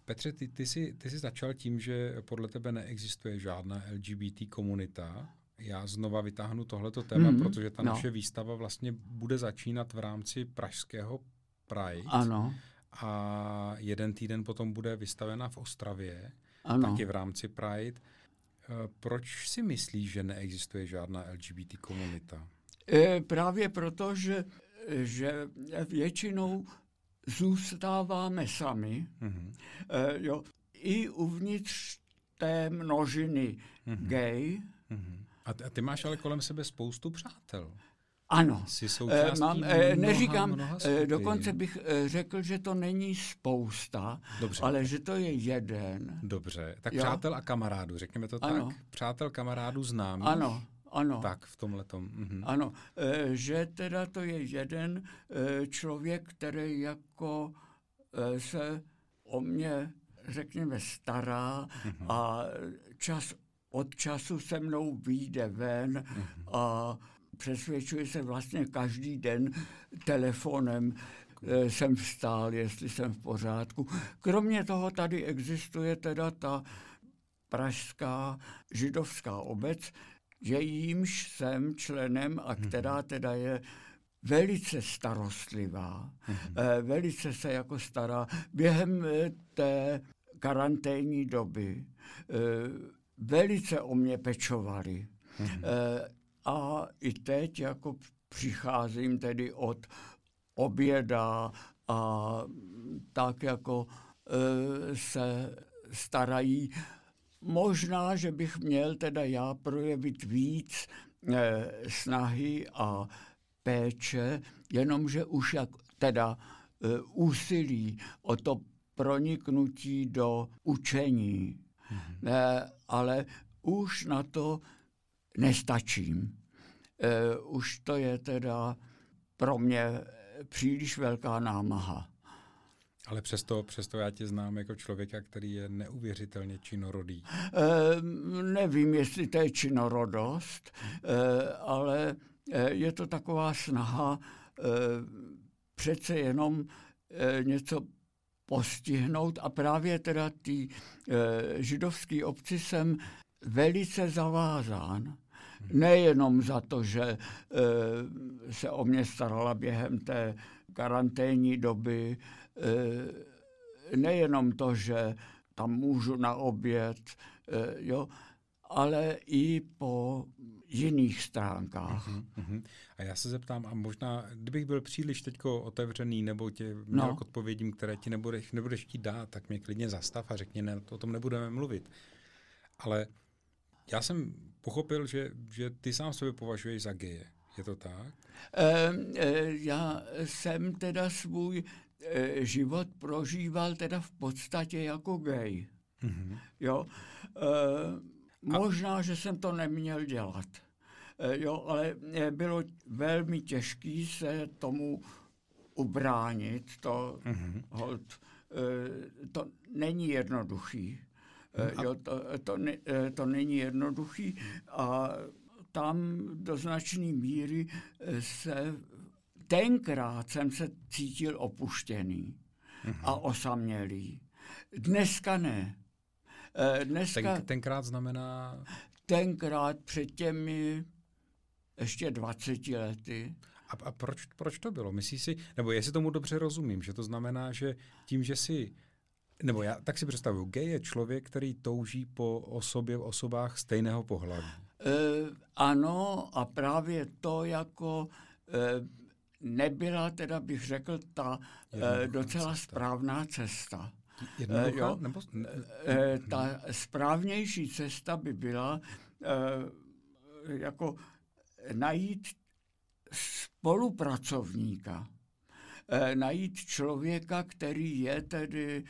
Petře, ty jsi začal tím, že podle tebe neexistuje žádná LGBT komunita. Já znova vytáhnu tohleto téma, protože ta naše výstava vlastně bude začínat v rámci pražského Pride. Ano. A jeden týden potom bude vystavena v Ostravě, taky v rámci Pride. Proč si myslíš, že neexistuje žádná LGBT komunita? Právě proto, že většinou zůstáváme sami. Jo, i uvnitř té množiny gay. A ty máš ale kolem sebe spoustu přátel. Ano. Jsi součástí neříkám, dokonce bych řekl, že to není spousta, ale že to je jeden. Dobře, tak přátel a kamarádů, řekněme to tak? Přátel, kamarádů, známých. Ano. Tak, v tomhletom. Ano, že teda to je jeden člověk, který jako se o mě, řekněme, stará a čas od času se mnou vyjde ven a přesvědčuje se vlastně každý den telefonem, jsem vstál, jestli jsem v pořádku. Kromě toho tady existuje teda ta pražská židovská obec, jejímž jsem členem a která teda je velice starostlivá, velice se jako stará. Během té karanténní doby velice o mě pečovali. A i teď jako přicházím tedy od oběda a tak jako se starají. Možná, že bych měl teda já projevit víc snahy a péče, jenomže už jak teda úsilí o to proniknutí do učení. Ale už na to nestačím. Už to je teda pro mě příliš velká námaha. Ale přesto já tě znám jako člověka, který je neuvěřitelně činorodý. Nevím, jestli to je činorodost, ale je to taková snaha přece jenom něco postihnout a právě teda ty židovské obci jsem velice zavázán. Nejenom za to, že se o mě starala během té karanténní doby, nejenom to, že tam můžu na oběd, ale i po jiných stránkách. A já se zeptám, a možná, kdybych byl příliš teďko otevřený, nebo tě měl k odpovědím, které ti nebudeš chtít dát, tak mě klidně zastav a řekni, ne, o tom nebudeme mluvit. Ale já jsem pochopil, že ty sám sebe považuješ za geje. Je to tak? Já jsem teda svůj život prožíval teda v podstatě jako gay. Jo. Možná, že jsem to neměl dělat. Ale bylo velmi těžké se tomu ubránit. To není jednoduchý. To není jednoduchý a tam do značné míry tenkrát jsem se cítil opuštěný a osamělý. Dneska ne. Tenkrát znamená? Tenkrát před těmi ještě 20 lety. A proč to bylo? Myslíš si, nebo jestli tomu dobře rozumím, že to znamená, že tím, že si, nebo já tak si představuju, gay je člověk, který touží po osobách stejného pohlaví. Ano, a právě to jako nebyla, teda bych řekl, ta docela správná cesta. Ta správnější cesta by byla jako najít spolupracovníka, najít člověka, který je tedy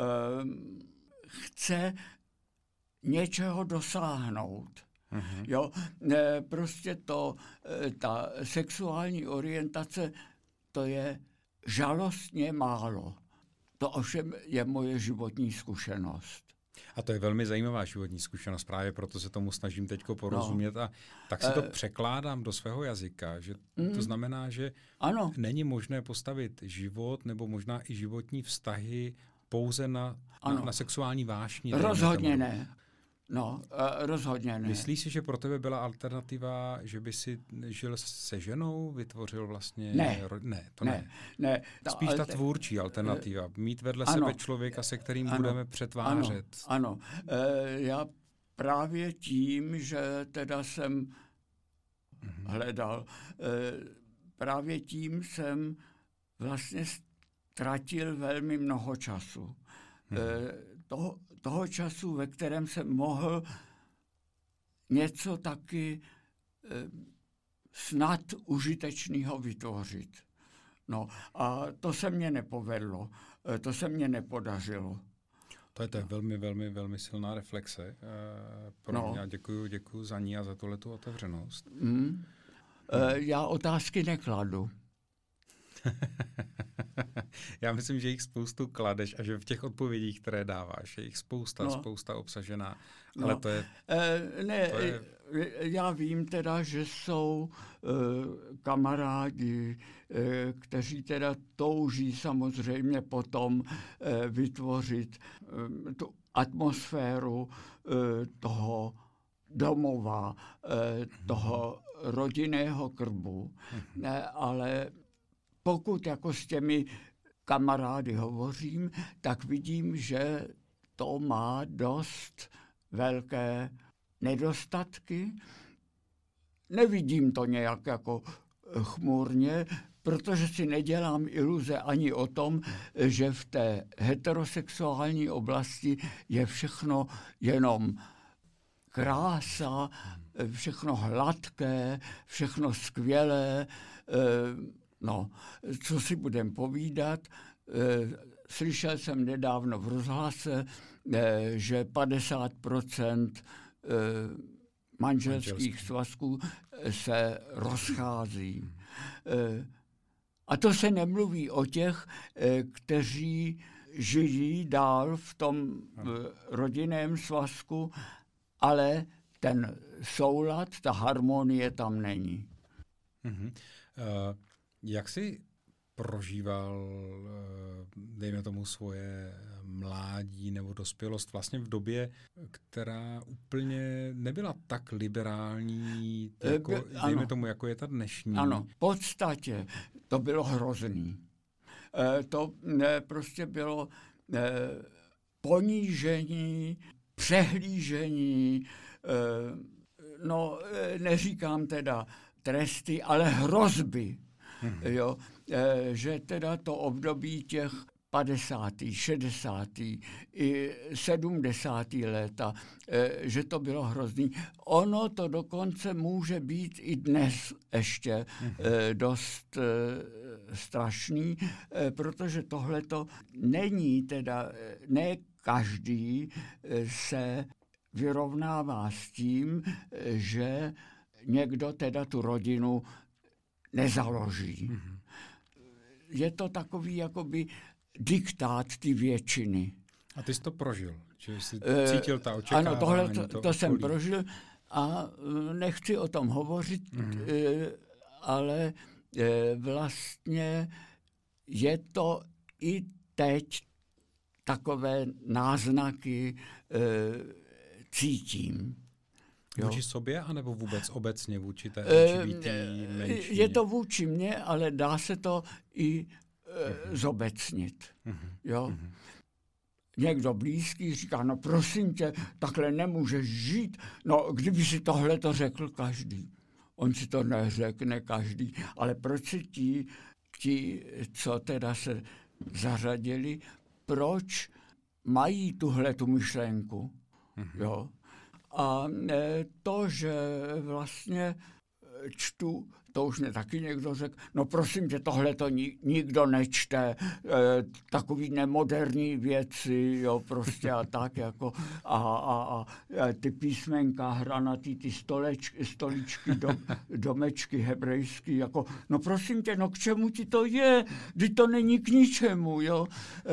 chce něčeho dosáhnout. Prostě ta sexuální orientace, to je žalostně málo. To ovšem je moje životní zkušenost. A to je velmi zajímavá životní zkušenost, právě proto se tomu snažím teďko porozumět a tak si to překládám do svého jazyka, že to znamená, že není možné postavit život nebo možná i životní vztahy pouze na sexuální vášni? Rozhodně ne. No, rozhodně ne. Myslíš si, že pro tebe byla alternativa, že by si žil se ženou, vytvořil vlastně... Ne. Ne. Spíš ta tvůrčí alternativa. Mít vedle sebe člověka, se kterým budeme přetvářet. Ano. Já právě tím, že teda jsem hledal, právě tím jsem vlastně ztratil velmi mnoho času. Toho času, ve kterém jsem mohl něco taky snad užitečného vytvořit. No a to se mně nepovedlo, to se mně nepodařilo. To je velmi, velmi, velmi silná reflexe. Pro mě děkuju za ní a za tuhletu otevřenost. Já otázky nekladu. Já myslím, že jich spoustu kladeš a že v těch odpovědích, které dáváš, je jich spousta obsažená. Ale to je... Já vím teda, že jsou kamarádi, kteří teda touží samozřejmě potom vytvořit tu atmosféru toho domova, toho rodinného krbu, ale pokud jako s těmi kamarády hovořím, tak vidím, že to má dost velké nedostatky. Nevidím to nějak jako chmurně, protože si nedělám iluze ani o tom, že v té heterosexuální oblasti je všechno jenom krása, všechno hladké, všechno skvělé. No, co si budem povídat, slyšel jsem nedávno v rozhlase, že 50% manželských svazků se rozchází. A to se nemluví o těch, kteří žijí dál v tom rodinném svazku, ale ten soulad, ta harmonie tam není. Jak jsi prožíval, dejme tomu, svoje mládí nebo dospělost vlastně v době, která úplně nebyla tak liberální, jako, dejme tomu, jako je ta dnešní? Ano, v podstatě to bylo hrozný. To prostě bylo ponížení, přehlížení, neříkám teda tresty, ale hrozby. Jo, že teda to období těch 50., 60. i 70. léta, že to bylo hrozný. Ono to dokonce může být i dnes ještě dost strašný, protože tohleto není teda, ne každý se vyrovnává s tím, že někdo teda tu rodinu nezaloží. Je to takový jakoby diktát ty většiny. A ty jsi to prožil? Že jsi cítil ta očekávání? Ano, tohle jsem prožil a nechci o tom hovořit, ale vlastně je to i teď takové náznaky cítím. Vůči sobě, anebo vůbec obecně vůči té LGBT menšině? Je to vůči mně, ale dá se to i zobecnit. Jo? Někdo blízký říká, no prosím tě, takhle nemůžeš žít. No, kdyby si tohle to řekl každý. On si to neřekne každý. Ale proč si ti, co teda se zařadili, proč mají tuhletu myšlenku? Jo? A to, že vlastně čtu, to už mě taky někdo řekl, no prosím tě, tohle to nikdo nečte, takový nemoderní věci, jo, prostě a tak, jako a ty písmenka hranatý, ty stoličky, domečky hebrejský, jako, no prosím tě, no k čemu ti to je? Vždyť to není k ničemu, jo,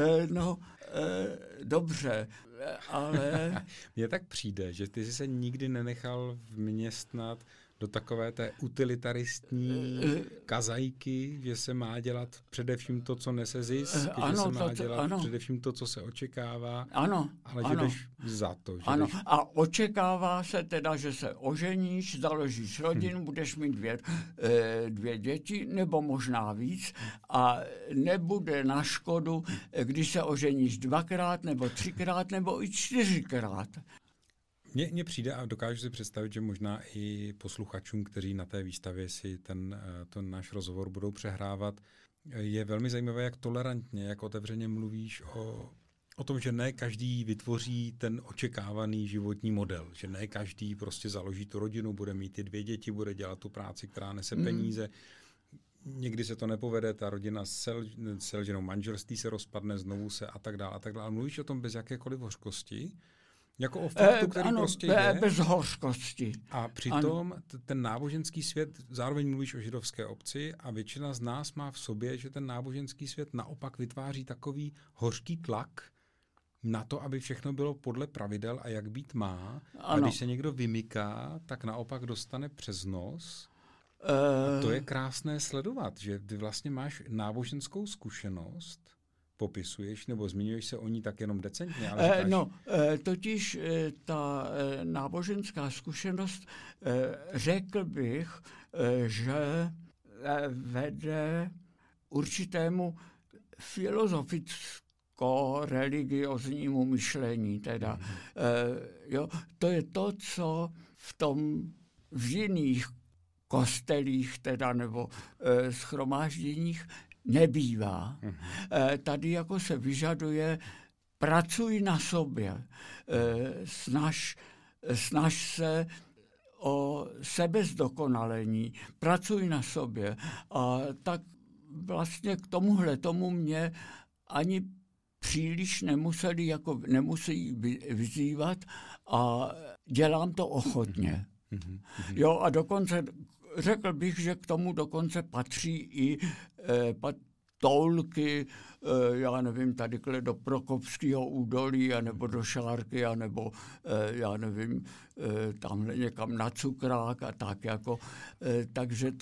dobře. Ale... Mně tak přijde, že ty jsi se nikdy nenechal vměstnat do takové té utilitaristní kazajky, že se má dělat především to, co nese zisk, že se má dělat především to, co se očekává, ale že jdeš za to. Že jdeš... A očekává se teda, že se oženíš, založíš rodinu, budeš mít dvě děti, nebo možná víc, a nebude na škodu, když se oženíš 2krát, nebo 3krát, nebo i 4krát. Mně přijde a dokážu si představit, že možná i posluchačům, kteří na té výstavě si ten náš rozhovor budou přehrávat, je velmi zajímavé, jak tolerantně, jak otevřeně mluvíš o tom, že ne každý vytvoří ten očekávaný životní model, že ne každý prostě založí tu rodinu, bude mít ty 2 děti, bude dělat tu práci, která nese peníze. Někdy se to nepovede, ta rodina selženou manželství se rozpadne, znovu se a tak dále. Ale mluvíš o tom bez jakékoliv hořkosti, jako o faktu, který prostě je. Bez hořkosti. A přitom ten náboženský svět, zároveň mluvíš o židovské obci a většina z nás má v sobě, že ten náboženský svět naopak vytváří takový hořký tlak na to, aby všechno bylo podle pravidel a jak být má. A když se někdo vymyká, tak naopak dostane přes nos. A to je krásné sledovat, že ty vlastně máš náboženskou zkušenost, popisuješ, nebo zmiňuješ se o ní tak jenom decentně, ale říkáš... Totiž ta náboženská zkušenost, řekl bych, že vede určitému filozoficko-religioznímu myšlení. Teda. To je to, co v jiných kostelích teda, nebo shromážděních nebývá. Tady jako se vyžaduje, pracuj na sobě, snaž se o sebezdokonalení, pracuj na sobě. A tak vlastně k tomu mě ani příliš nemusí vyzývat a dělám to ochotně. Jo, a dokonce řekl bych, že k tomu dokonce patří i toulky, já nevím, tadyhle do Prokopského údolí, anebo do Šárky, anebo já nevím, tamhle někam na Cukrák a tak jako. Takže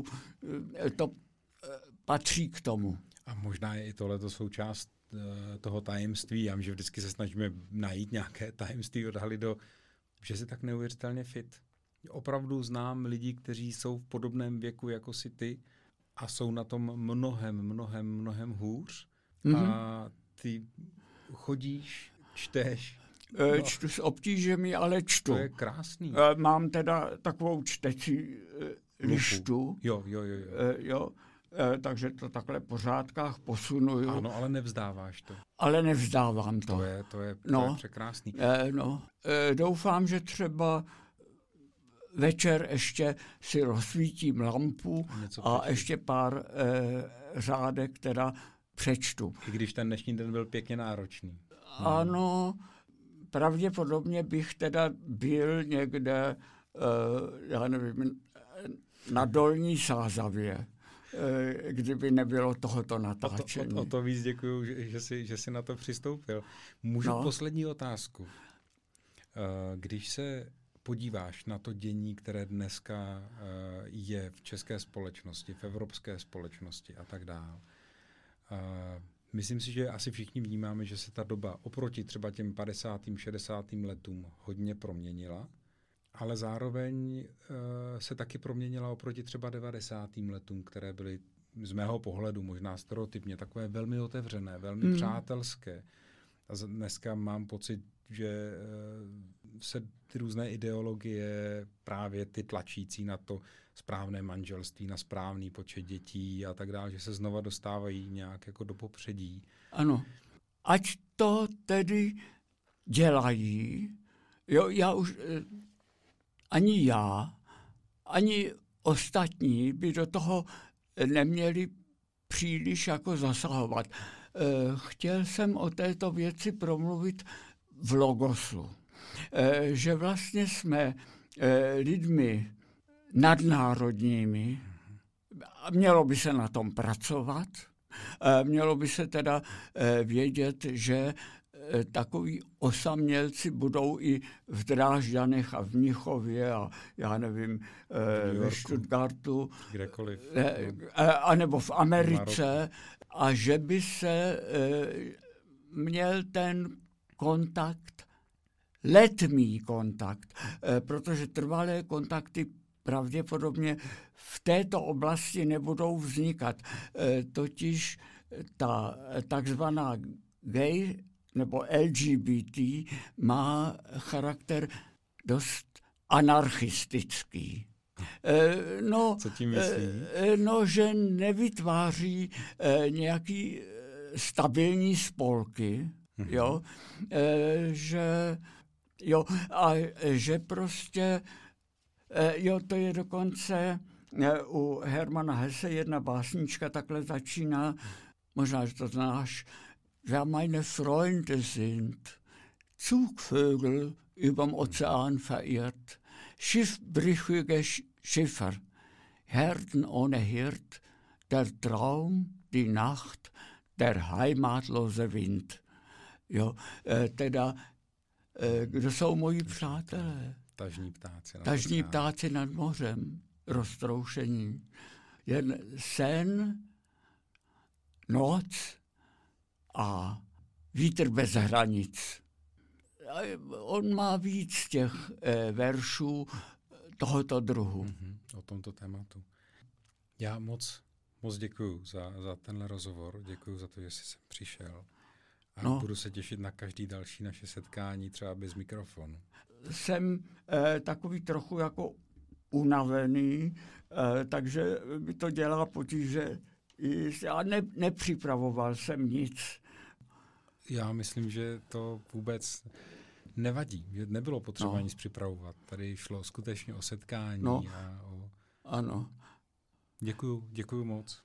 to patří k tomu. A možná je i tohleto součást toho tajemství. Já vím, že vždycky se snažíme najít nějaké tajemství, odhalit že jsi tak neuvěřitelně fit. Opravdu znám lidi, kteří jsou v podobném věku jako si ty a jsou na tom mnohem hůř. A ty chodíš, čteš. Čtu s obtížemi, ale čtu. To je krásný. Mám teda takovou čtecí lištu. Jo. Takže to takhle po řádkách posunuju. Ano, ale nevzdáváš to. Ale nevzdávám to. To je překrásný. Doufám, že třeba večer ještě si rozsvítím lampu a ještě pár řádek teda přečtu. I když ten dnešní den byl pěkně náročný. Ano, pravděpodobně bych teda byl někde, já nevím, na Dolní Sázavě, kdyby nebylo tohoto natáčení. O to víc děkuju, že jsi na to přistoupil. Můžu poslední otázku. Když se podíváš na to dění, které dneska je v české společnosti, v evropské společnosti a tak dále, myslím si, že asi všichni vnímáme, že se ta doba oproti třeba těm 50. 60. letům hodně proměnila, ale zároveň se taky proměnila oproti třeba 90. letům, které byly z mého pohledu možná stereotypně takové velmi otevřené, velmi přátelské. A dneska mám pocit, že se ty různé ideologie, právě ty tlačící na to správné manželství, na správný počet dětí a tak dále, že se znova dostávají nějak jako do popředí. Ano. Ať to tedy dělají. Jo, ani ostatní by do toho neměli příliš jako zasahovat. Chtěl jsem o této věci promluvit v Logosu, že vlastně jsme lidmi nadnárodními, mělo by se na tom pracovat, mělo by se teda vědět, že takoví osamělci budou i v Drážďanech a v Mnichově a já nevím, ve Stuttgartu, kdekoliv. Anebo v Americe a že by se měl ten kontakt, letmý kontakt, protože trvalé kontakty pravděpodobně v této oblasti nebudou vznikat. Totiž ta takzvaná gay nebo LGBT má charakter dost anarchistický. Co tím myslí? Že nevytváří nějaký stabilní spolky, jo, že prostě, to je dokonce u Hermana Hesse jedna básnička takhle začíná, možná, že to znáš, wer meine Freunde sind, Zugvögel überm Ozean verirrt, schiffbrüchige Schiffer, Herden ohne Hirt, der Traum, die Nacht, der heimatlose Wind. Jo, teda, kdo jsou moji přátelé? Tažní ptáci nad mořem, roztroušení. Jen sen, noc a vítr bez hranic. On má víc těch veršů tohoto druhu. O tomto tématu. Já moc děkuju za tenhle rozhovor. Děkuju za to, že jsi sem přišel. A budu se těšit na každý další naše setkání, třeba bez mikrofonu. Jsem takový trochu jako unavený, takže mi to dělá potíže. Já nepřipravoval jsem nic. Já myslím, že to vůbec nevadí. Nebylo potřeba nic připravovat. Tady šlo skutečně o setkání. Ano. Děkuju moc.